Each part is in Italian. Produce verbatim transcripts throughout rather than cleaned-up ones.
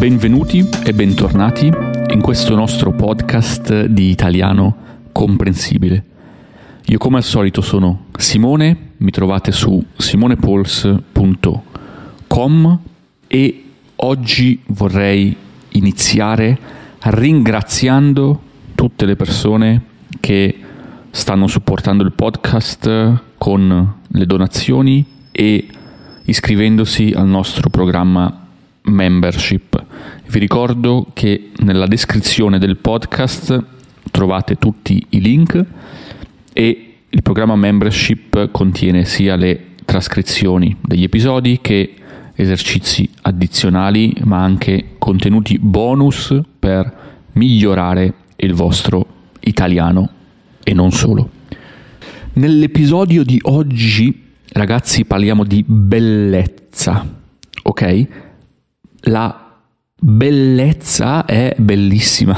Benvenuti e bentornati in questo nostro podcast di italiano comprensibile. Io come al solito sono Simone, mi trovate su simonepols punto com e oggi vorrei iniziare ringraziando tutte le persone che stanno supportando il podcast con le donazioni e iscrivendosi al nostro programma membership. Vi ricordo che nella descrizione del podcast trovate tutti i link e il programma membership contiene sia le trascrizioni degli episodi che esercizi addizionali, ma anche contenuti bonus per migliorare il vostro italiano e non solo. Nell'episodio di oggi, ragazzi, parliamo di bellezza, ok? La bellezza è bellissima.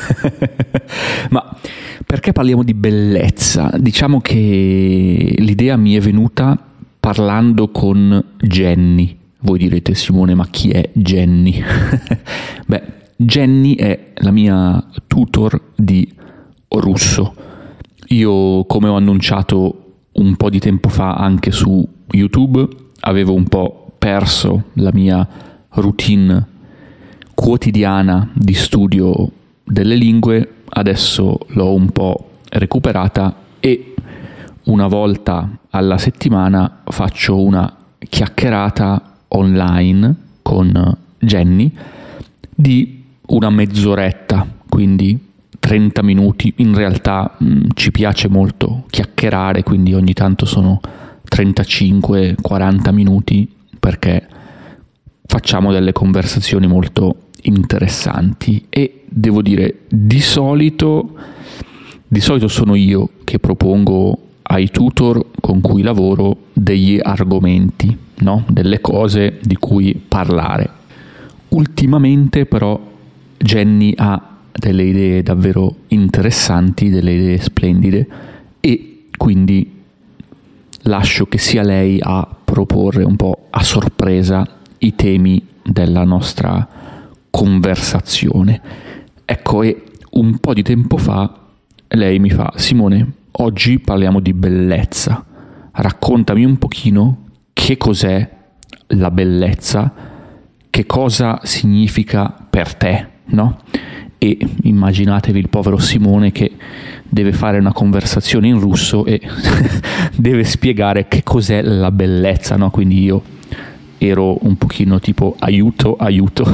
Ma perché parliamo di bellezza? Diciamo che l'idea mi è venuta parlando con Jenny. Voi direte: Simone, ma chi è Jenny? Beh, Jenny è la mia tutor di russo. Io, come ho annunciato un po' di tempo fa anche su YouTube, avevo un po' perso la mia routine quotidiana di studio delle lingue. Adesso l'ho un po' recuperata e una volta alla settimana faccio una chiacchierata online con Jenny di una mezz'oretta, quindi trenta minuti. In realtà mh, ci piace molto chiacchierare, quindi ogni tanto sono trentacinque quaranta minuti perché facciamo delle conversazioni molto interessanti e devo dire di solito di solito sono io che propongo ai tutor con cui lavoro degli argomenti, no? Delle cose di cui parlare. Ultimamente però Jenny ha delle idee davvero interessanti, delle idee splendide e quindi lascio che sia lei a proporre un po' a sorpresa i temi della nostra conversazione. Ecco, e un po' di tempo fa lei mi fa: Simone, oggi parliamo di bellezza, raccontami un pochino che cos'è la bellezza, che cosa significa per te, no? E immaginatevi il povero Simone che deve fare una conversazione in russo e deve spiegare che cos'è la bellezza, no? Quindi io ero un pochino tipo aiuto, aiuto.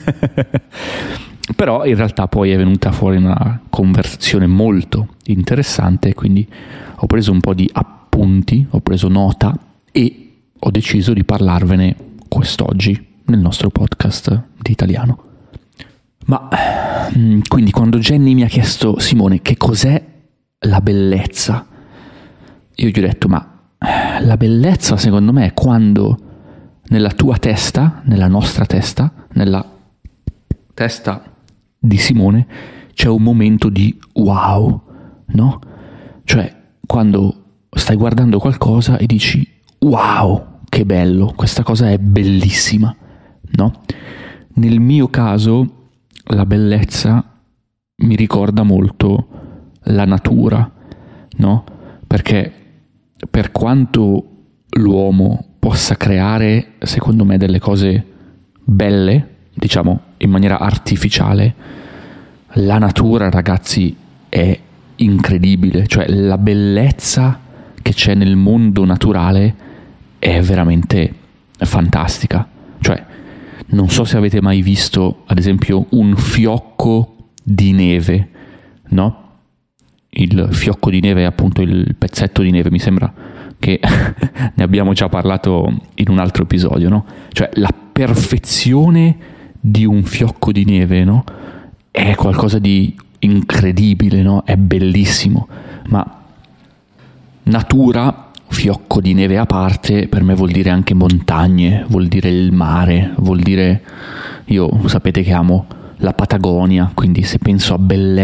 Però in realtà poi è venuta fuori una conversazione molto interessante, quindi ho preso un po' di appunti, ho preso nota e ho deciso di parlarvene quest'oggi nel nostro podcast di italiano. Ma quindi quando Jenny mi ha chiesto: Simone, che cos'è la bellezza? Io gli ho detto: ma la bellezza secondo me è quando nella tua testa, nella nostra testa, nella testa di Simone c'è un momento di wow, no? Cioè quando stai guardando qualcosa e dici: wow, che bello, questa cosa è bellissima, no? Nel mio caso la bellezza mi ricorda molto la natura, no? Perché per quanto l'uomo possa creare, secondo me, delle cose belle, diciamo in maniera artificiale, la natura, ragazzi, è incredibile. Cioè la bellezza che c'è nel mondo naturale è veramente fantastica. Cioè non so se avete mai visto, ad esempio, un fiocco di neve, no? Il fiocco di neve è appunto il pezzetto di neve, mi sembra che ne abbiamo già parlato in un altro episodio, no? Cioè la perfezione di un fiocco di neve, no? È qualcosa di incredibile, no? È bellissimo. Ma natura, fiocco di neve a parte, per me vuol dire anche montagne, vuol dire il mare, vuol dire... Io sapete che amo la Patagonia, quindi se penso a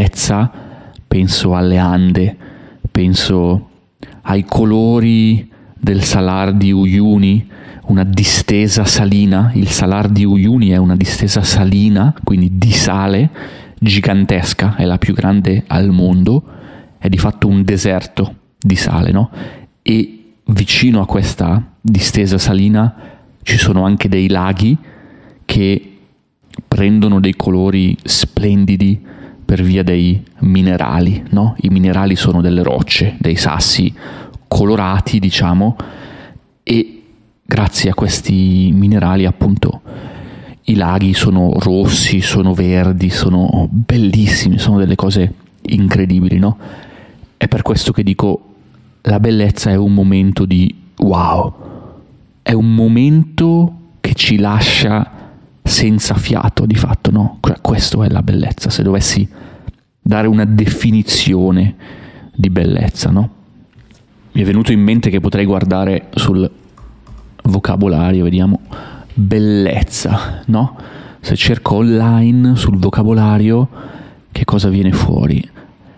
bellezza penso alle Ande, penso ai colori del Salar di Uyuni, una distesa salina. Il Salar di Uyuni è una distesa salina, quindi di sale, gigantesca, è la più grande al mondo, è di fatto un deserto di sale, no? E vicino a questa distesa salina ci sono anche dei laghi che prendono dei colori splendidi per via dei minerali, no? I minerali sono delle rocce, dei sassi colorati, diciamo, e grazie a questi minerali, appunto, i laghi sono rossi, sono verdi, sono bellissimi, sono delle cose incredibili, no? È per questo che dico, la bellezza è un momento di wow, è un momento che ci lascia senza fiato, di fatto, no? Questo è la bellezza, se dovessi dare una definizione di bellezza, no? Mi è venuto in mente che potrei guardare sul vocabolario, vediamo, bellezza, no? Se cerco online sul vocabolario, che cosa viene fuori?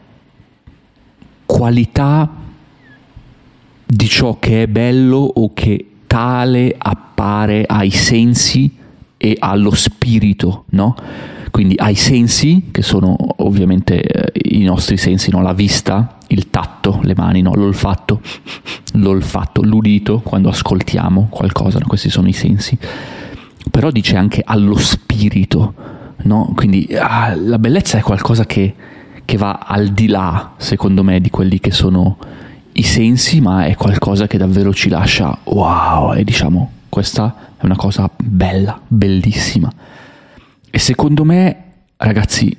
Qualità di ciò che è bello o che tale appare ai sensi e allo spirito, no? Quindi ai sensi, che sono ovviamente eh, i nostri sensi, no? La vista, il tatto, le mani, no? L'olfatto, l'olfatto, l'udito, quando ascoltiamo qualcosa, no? Questi sono i sensi. Però dice anche allo spirito, no? Quindi ah, la bellezza è qualcosa che, che va al di là, secondo me, di quelli che sono i sensi, ma è qualcosa che davvero ci lascia wow, e diciamo, questa è una cosa bella, bellissima. E secondo me, ragazzi,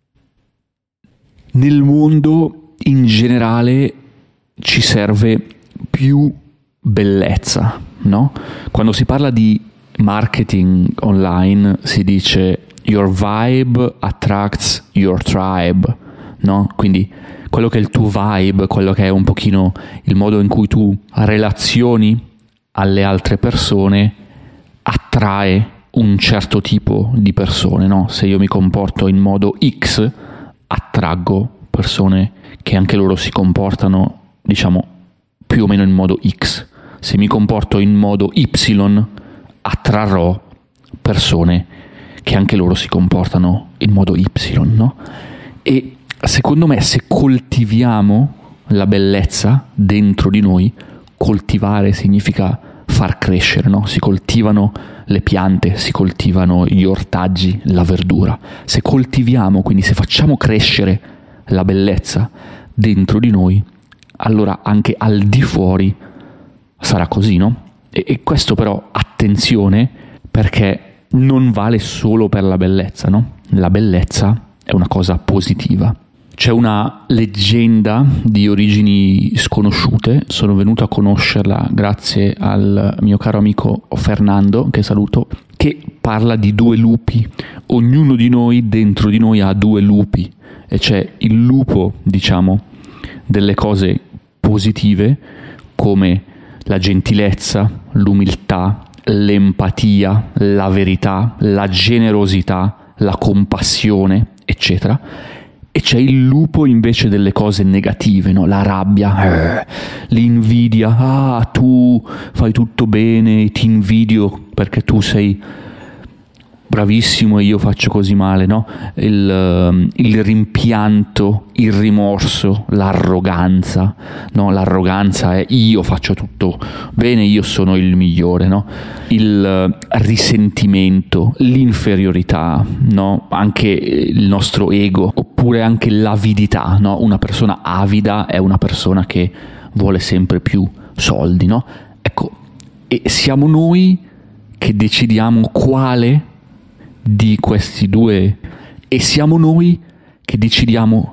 nel mondo in generale ci serve più bellezza, no? Quando si parla di marketing online si dice your vibe attracts your tribe, no? Quindi quello che è il tuo vibe, quello che è un pochino il modo in cui tu relazioni alle altre persone, attrae un certo tipo di persone, no? Se io mi comporto in modo X, attraggo persone che anche loro si comportano, diciamo, più o meno in modo X. Se mi comporto in modo Y, attrarrò persone che anche loro si comportano in modo Y, no? E secondo me, se coltiviamo la bellezza dentro di noi, coltivare significa far crescere, no? Si coltivano le piante, si coltivano gli ortaggi, la verdura. Se coltiviamo, quindi se facciamo crescere la bellezza dentro di noi, allora anche al di fuori sarà così, no? E, e questo però, attenzione, perché non vale solo per la bellezza, no? La bellezza è una cosa positiva. C'è una leggenda di origini sconosciute, sono venuto a conoscerla grazie al mio caro amico Fernando, che saluto, che parla di due lupi. Ognuno di noi, dentro di noi, ha due lupi, e c'è il lupo, diciamo, delle cose positive, come la gentilezza, l'umiltà, l'empatia, la verità, la generosità, la compassione, eccetera. E c'è il lupo invece delle cose negative, no? La rabbia, eh, l'invidia, ah, tu fai tutto bene, ti invidio perché tu sei bravissimo e io faccio così male, no? Il, il rimpianto, il rimorso, l'arroganza, no? L'arroganza è io faccio tutto bene, io sono il migliore, no? Il risentimento, l'inferiorità, no? Anche il nostro ego, oppure anche l'avidità, no? Una persona avida è una persona che vuole sempre più soldi, no? Ecco, e siamo noi che decidiamo quale di questi due, e siamo noi che decidiamo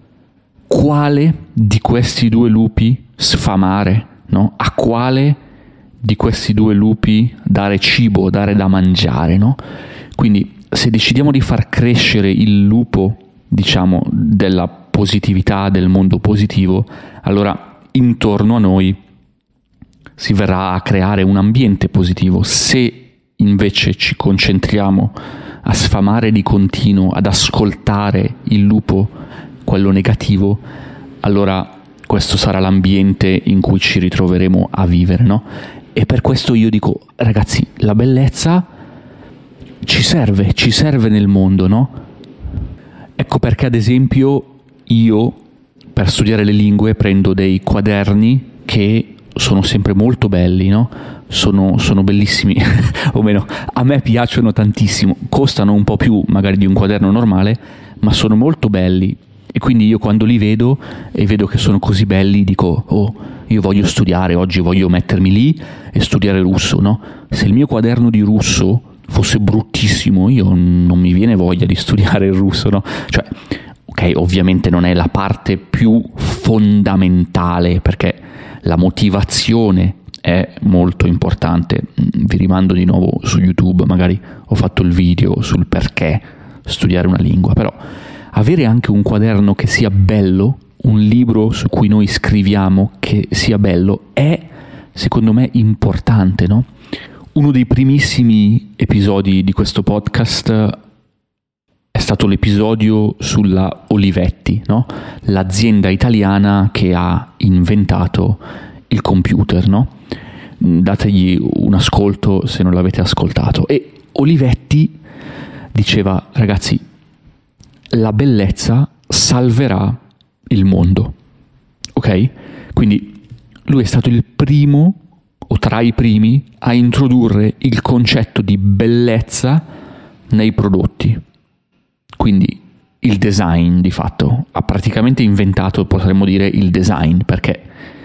quale di questi due lupi sfamare, no? A quale di questi due lupi dare cibo, dare da mangiare, no? Quindi se decidiamo di far crescere il lupo, diciamo, della positività, del mondo positivo, allora intorno a noi si verrà a creare un ambiente positivo. Se invece ci concentriamo a sfamare di continuo, ad ascoltare il lupo, quello negativo, allora questo sarà l'ambiente in cui ci ritroveremo a vivere, no? E per questo io dico, ragazzi, la bellezza ci serve, ci serve nel mondo, no? Ecco perché ad esempio io per studiare le lingue prendo dei quaderni che sono sempre molto belli, no? Sono, sono bellissimi, o meno, a me piacciono tantissimo, costano un po' più magari di un quaderno normale, ma sono molto belli. E quindi io quando li vedo e vedo che sono così belli dico, oh, io voglio studiare, oggi voglio mettermi lì e studiare russo, no? Se il mio quaderno di russo fosse bruttissimo, io non mi viene voglia di studiare il russo, no? Cioè, ok, ovviamente non è la parte più fondamentale, perché la motivazione è molto importante. Vi rimando di nuovo su YouTube, magari ho fatto il video sul perché studiare una lingua, però avere anche un quaderno che sia bello, un libro su cui noi scriviamo che sia bello, è secondo me importante, no? Uno dei primissimi episodi di questo podcast è stato l'episodio sulla Olivetti, no? L'azienda italiana che ha inventato il computer, no? Dategli un ascolto se non l'avete ascoltato. E Olivetti diceva, ragazzi, la bellezza salverà il mondo, ok? Quindi lui è stato il primo, o tra i primi, a introdurre il concetto di bellezza nei prodotti. Quindi il design, di fatto, ha praticamente inventato, potremmo dire, il design, perché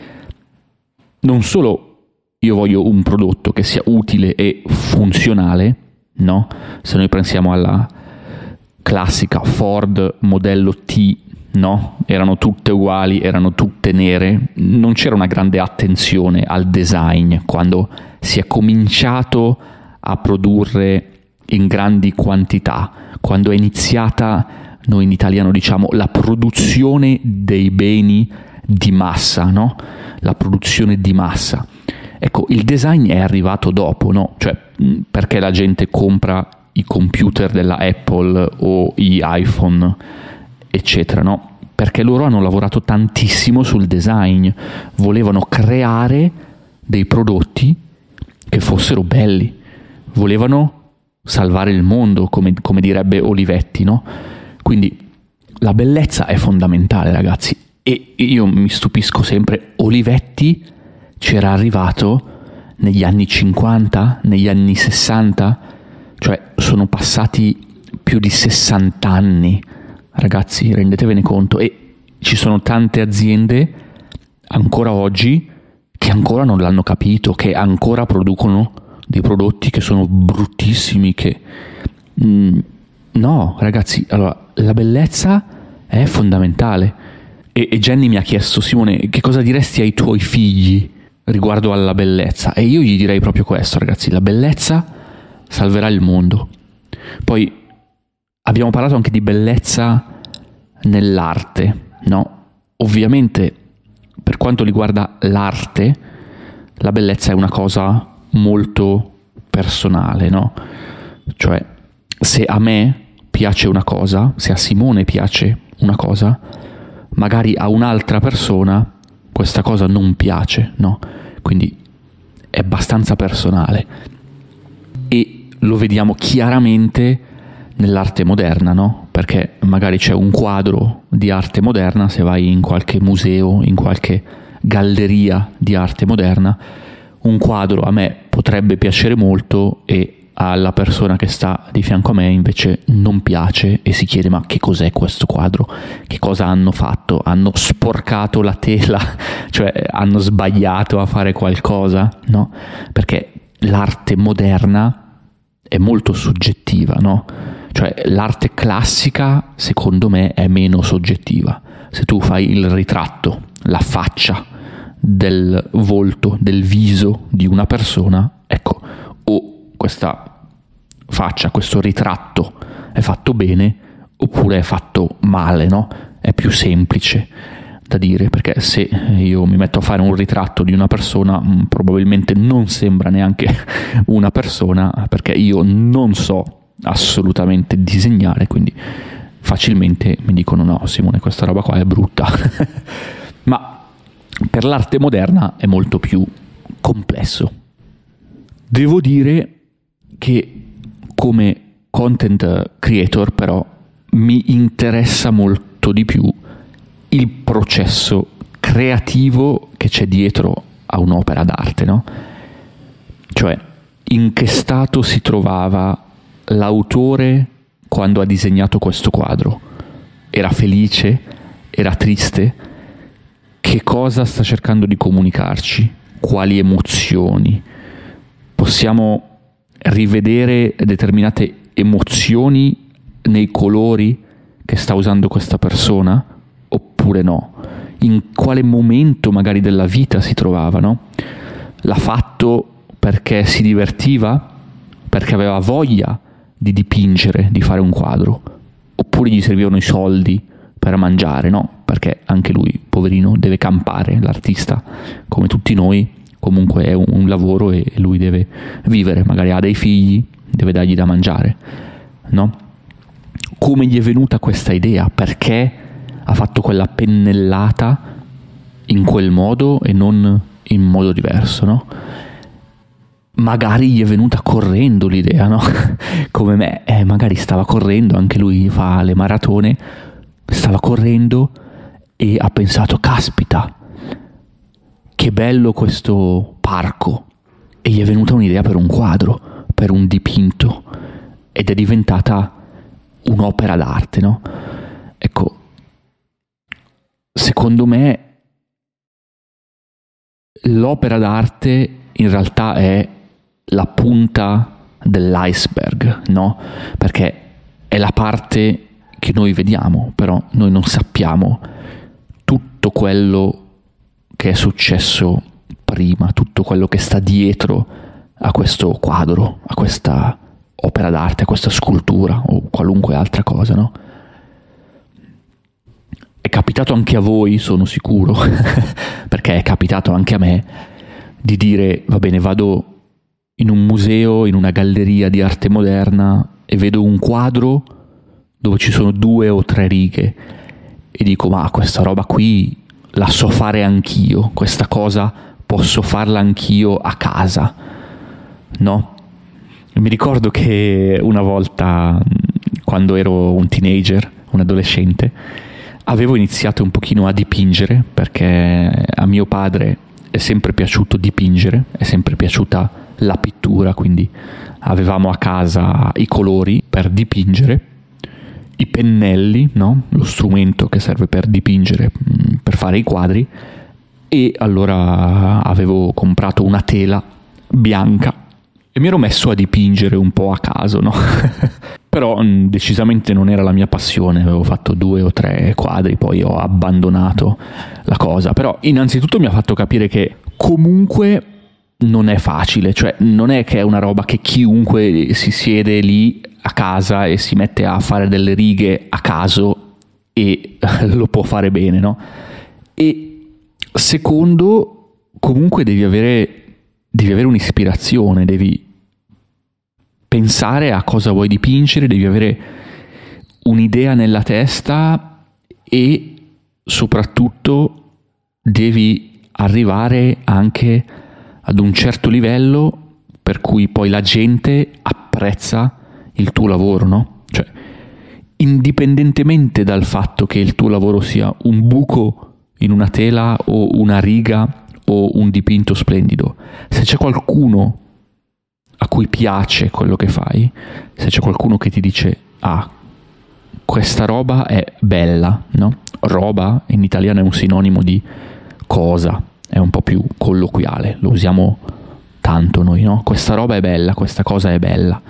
non solo io voglio un prodotto che sia utile e funzionale, no? Se noi pensiamo alla classica Ford modello T, no? Erano tutte uguali, erano tutte nere, non c'era una grande attenzione al design quando si è cominciato a produrre in grandi quantità, quando è iniziata, noi in italiano diciamo, la produzione dei beni di massa, no? La produzione di massa. Ecco, il design è arrivato dopo, no? Cioè, perché la gente compra i computer della Apple o gli iPhone, eccetera, no? Perché loro hanno lavorato tantissimo sul design, volevano creare dei prodotti che fossero belli, volevano salvare il mondo, come, come direbbe Olivetti, no? Quindi la bellezza è fondamentale, ragazzi, e io mi stupisco sempre, Olivetti c'era arrivato negli anni cinquanta, negli anni sessanta, cioè sono passati più di sessanta anni, ragazzi, rendetevene conto, e ci sono tante aziende ancora oggi che ancora non l'hanno capito, che ancora producono dei prodotti che sono bruttissimi, che mm, no, ragazzi, allora la bellezza è fondamentale. E, e Jenny mi ha chiesto, Simone, che cosa diresti ai tuoi figli riguardo alla bellezza? E io gli direi proprio questo, ragazzi, la bellezza salverà il mondo. Poi abbiamo parlato anche di bellezza nell'arte, no? Ovviamente per quanto riguarda l'arte, la bellezza è una cosa molto personale, no? Cioè, se a me piace una cosa, se a Simone piace una cosa, magari a un'altra persona questa cosa non piace, no? Quindi è abbastanza personale. E lo vediamo chiaramente nell'arte moderna, no? Perché magari c'è un quadro di arte moderna, se vai in qualche museo, in qualche galleria di arte moderna, un quadro a me potrebbe piacere molto e alla persona che sta di fianco a me invece non piace e si chiede: ma che cos'è questo quadro? Che cosa hanno fatto? Hanno sporcato la tela? Cioè hanno sbagliato a fare qualcosa? No? Perché l'arte moderna è molto soggettiva, no? Cioè l'arte classica secondo me è meno soggettiva. Se tu fai il ritratto, la faccia del volto, del viso di una persona, ecco, o questa faccia, questo ritratto è fatto bene oppure è fatto male, no? È più semplice da dire, perché se io mi metto a fare un ritratto di una persona mh, probabilmente non sembra neanche una persona, perché io non so assolutamente disegnare, quindi facilmente mi dicono: no Simone, questa roba qua è brutta. Ma per l'arte moderna è molto più complesso. Devo dire che come content creator però mi interessa molto di più il processo creativo che c'è dietro a un'opera d'arte, no? Cioè, in che stato si trovava l'autore quando ha disegnato questo quadro? Era felice? Era triste? Che cosa sta cercando di comunicarci? Quali emozioni? Possiamo rivedere determinate emozioni nei colori che sta usando questa persona oppure no? In quale momento magari della vita si trovava, no? L'ha fatto perché si divertiva, perché aveva voglia di dipingere, di fare un quadro, oppure gli servivano i soldi per mangiare, no? Perché anche lui, poverino, deve campare, l'artista, come tutti noi, comunque è un, un lavoro e lui deve vivere, magari ha dei figli, deve dargli da mangiare, no? Come gli è venuta questa idea? Perché ha fatto quella pennellata in quel modo e non in modo diverso, no? Magari gli è venuta correndo l'idea, no? Come me, eh, magari stava correndo, anche lui fa le maratone, stava correndo e ha pensato, caspita, che bello questo parco, e gli è venuta un'idea per un quadro, per un dipinto, ed è diventata un'opera d'arte, no? Ecco, secondo me l'opera d'arte in realtà è la punta dell'iceberg, no? Perché è la parte che noi vediamo, però noi non sappiamo tutto quello che è successo prima, tutto quello che sta dietro a questo quadro, a questa opera d'arte, a questa scultura o qualunque altra cosa, no? È capitato anche a voi, sono sicuro, perché è capitato anche a me, di dire, va bene, vado in un museo, in una galleria di arte moderna e vedo un quadro dove ci sono due o tre righe e dico, ma questa roba qui la so fare anch'io, questa cosa posso farla anch'io a casa, no? Mi ricordo che una volta, quando ero un teenager, un adolescente, avevo iniziato un pochino a dipingere, perché a mio padre è sempre piaciuto dipingere, è sempre piaciuta la pittura, quindi avevamo a casa i colori per dipingere, i pennelli, no? Lo strumento che serve per dipingere, per fare i quadri, e allora avevo comprato una tela bianca e mi ero messo a dipingere un po' a caso, no? Però mh, decisamente non era la mia passione, avevo fatto due o tre quadri, poi ho abbandonato la cosa. Però innanzitutto mi ha fatto capire che comunque non è facile, cioè non è che è una roba che chiunque si siede lì a casa e si mette a fare delle righe a caso e lo può fare bene, no? E secondo, comunque devi avere, devi avere un'ispirazione, devi pensare a cosa vuoi dipingere, devi avere un'idea nella testa e soprattutto devi arrivare anche ad un certo livello per cui poi la gente apprezza il tuo lavoro, no? Cioè, indipendentemente dal fatto che il tuo lavoro sia un buco in una tela o una riga o un dipinto splendido, se c'è qualcuno a cui piace quello che fai, se c'è qualcuno che ti dice, ah, questa roba è bella, no? Roba in italiano è un sinonimo di cosa, è un po' più colloquiale, lo usiamo tanto noi, no? Questa roba è bella, questa cosa è bella.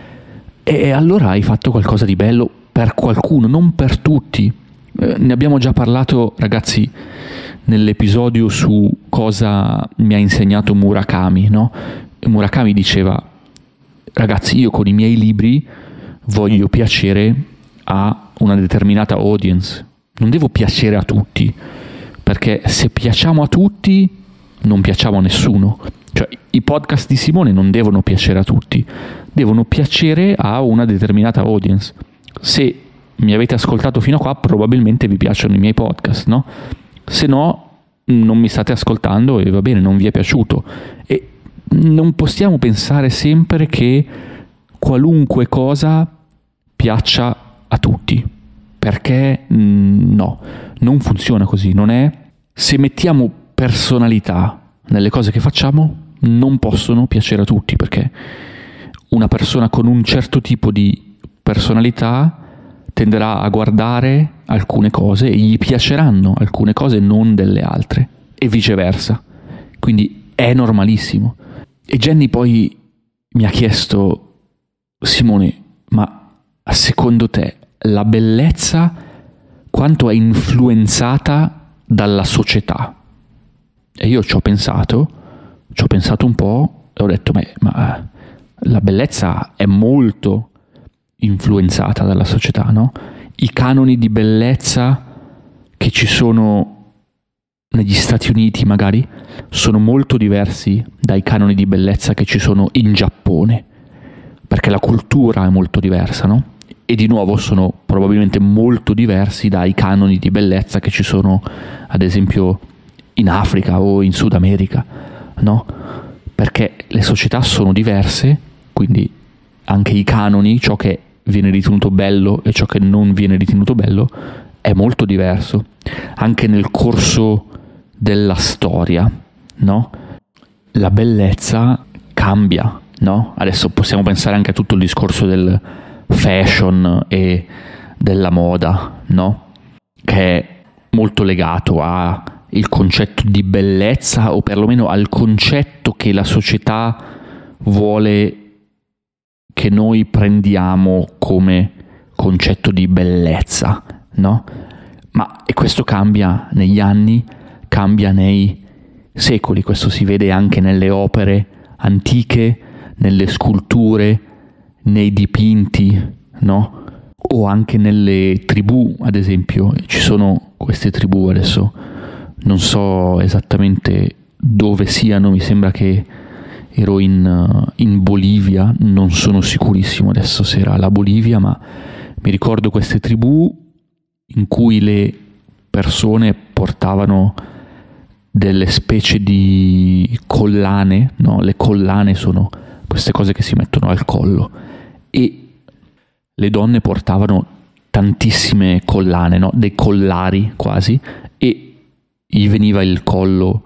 E allora hai fatto qualcosa di bello per qualcuno, non per tutti. Eh, ne abbiamo già parlato, ragazzi, nell'episodio su cosa mi ha insegnato Murakami, no? Murakami diceva, ragazzi, io con i miei libri voglio piacere a una determinata audience, non devo piacere a tutti, perché se piacciamo a tutti non piacciamo a nessuno. Cioè, i podcast di Simone non devono piacere a tutti, devono piacere a una determinata audience. Se mi avete ascoltato fino a qua, probabilmente vi piacciono i miei podcast, no? Se no, non mi state ascoltando e va bene, non vi è piaciuto. E non possiamo pensare sempre che qualunque cosa piaccia a tutti, perché mh, no, non funziona così. Non è, se mettiamo personalità nelle cose che facciamo, non possono piacere a tutti, perché una persona con un certo tipo di personalità tenderà a guardare alcune cose e gli piaceranno alcune cose, non delle altre, e viceversa. Quindi è normalissimo. E Jenny poi mi ha chiesto: Simone, ma secondo te la bellezza quanto è influenzata dalla società? E io ci ho pensato, ci ho pensato un po' e ho detto, ma, ma la bellezza è molto influenzata dalla società, no? I canoni di bellezza che ci sono negli Stati Uniti magari sono molto diversi dai canoni di bellezza che ci sono in Giappone, perché la cultura è molto diversa, no? E di nuovo sono probabilmente molto diversi dai canoni di bellezza che ci sono ad esempio in Africa o in Sud America, no? Perché le società sono diverse, quindi anche i canoni, ciò che viene ritenuto bello e ciò che non viene ritenuto bello, è molto diverso. Anche nel corso della storia, no? La bellezza cambia, no? Adesso possiamo pensare anche a tutto il discorso del fashion e della moda, no? Che è molto legato al concetto di bellezza, o perlomeno al concetto che la società vuole che noi prendiamo come concetto di bellezza, no? Ma e questo cambia negli anni, cambia nei secoli. Questo si vede anche nelle opere antiche, nelle sculture, nei dipinti, no? O anche nelle tribù, ad esempio. Ci sono queste tribù, adesso non so esattamente dove siano, mi sembra che ero in, in Bolivia, non sono sicurissimo adesso se era la Bolivia, ma mi ricordo queste tribù in cui le persone portavano delle specie di collane, no? Le collane sono queste cose che si mettono al collo, e le donne portavano tantissime collane, no? Dei collari quasi, e gli veniva il collo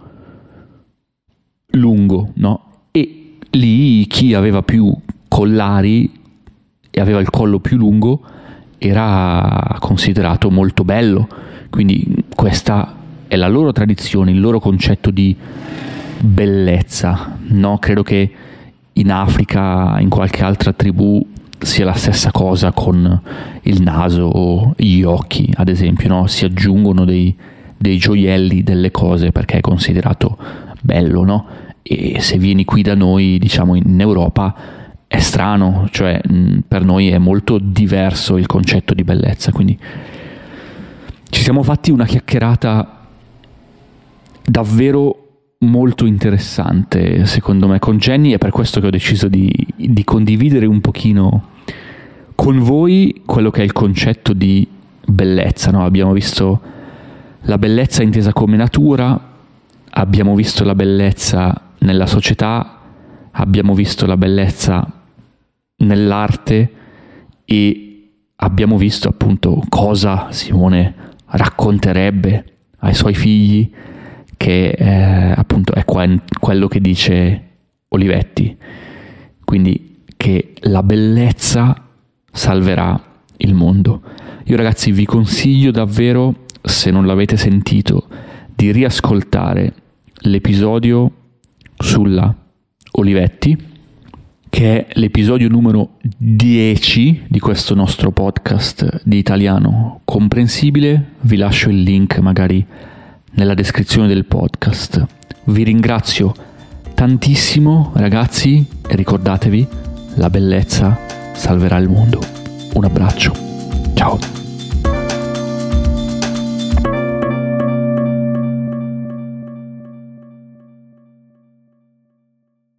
lungo, no? E lì chi aveva più collari e aveva il collo più lungo era considerato molto bello. Quindi questa è la loro tradizione, il loro concetto di bellezza, no? Credo che in Africa, in qualche altra tribù, sia la stessa cosa con il naso o gli occhi, ad esempio, no? Si aggiungono dei, dei gioielli, delle cose, perché è considerato bello, no? E se vieni qui da noi, diciamo in Europa, è strano, cioè mh, per noi è molto diverso il concetto di bellezza. Quindi ci siamo fatti una chiacchierata davvero molto interessante, secondo me, con Jenny, e per questo che ho deciso di, di condividere un pochino con voi quello che è il concetto di bellezza, no? Abbiamo visto la bellezza intesa come natura, abbiamo visto la bellezza nella società, abbiamo visto la bellezza nell'arte e abbiamo visto appunto cosa Simone racconterebbe ai suoi figli, che eh, appunto è que- quello che dice Olivetti, quindi che la bellezza salverà il mondo. Io ragazzi vi consiglio davvero, se non l'avete sentito, di riascoltare l'episodio sulla Olivetti, che è l'episodio numero dieci di questo nostro podcast di Italiano Comprensibile. Vi lascio il link magari nella descrizione del podcast. Vi ringrazio tantissimo ragazzi e ricordatevi, la bellezza salverà il mondo. Un abbraccio, ciao.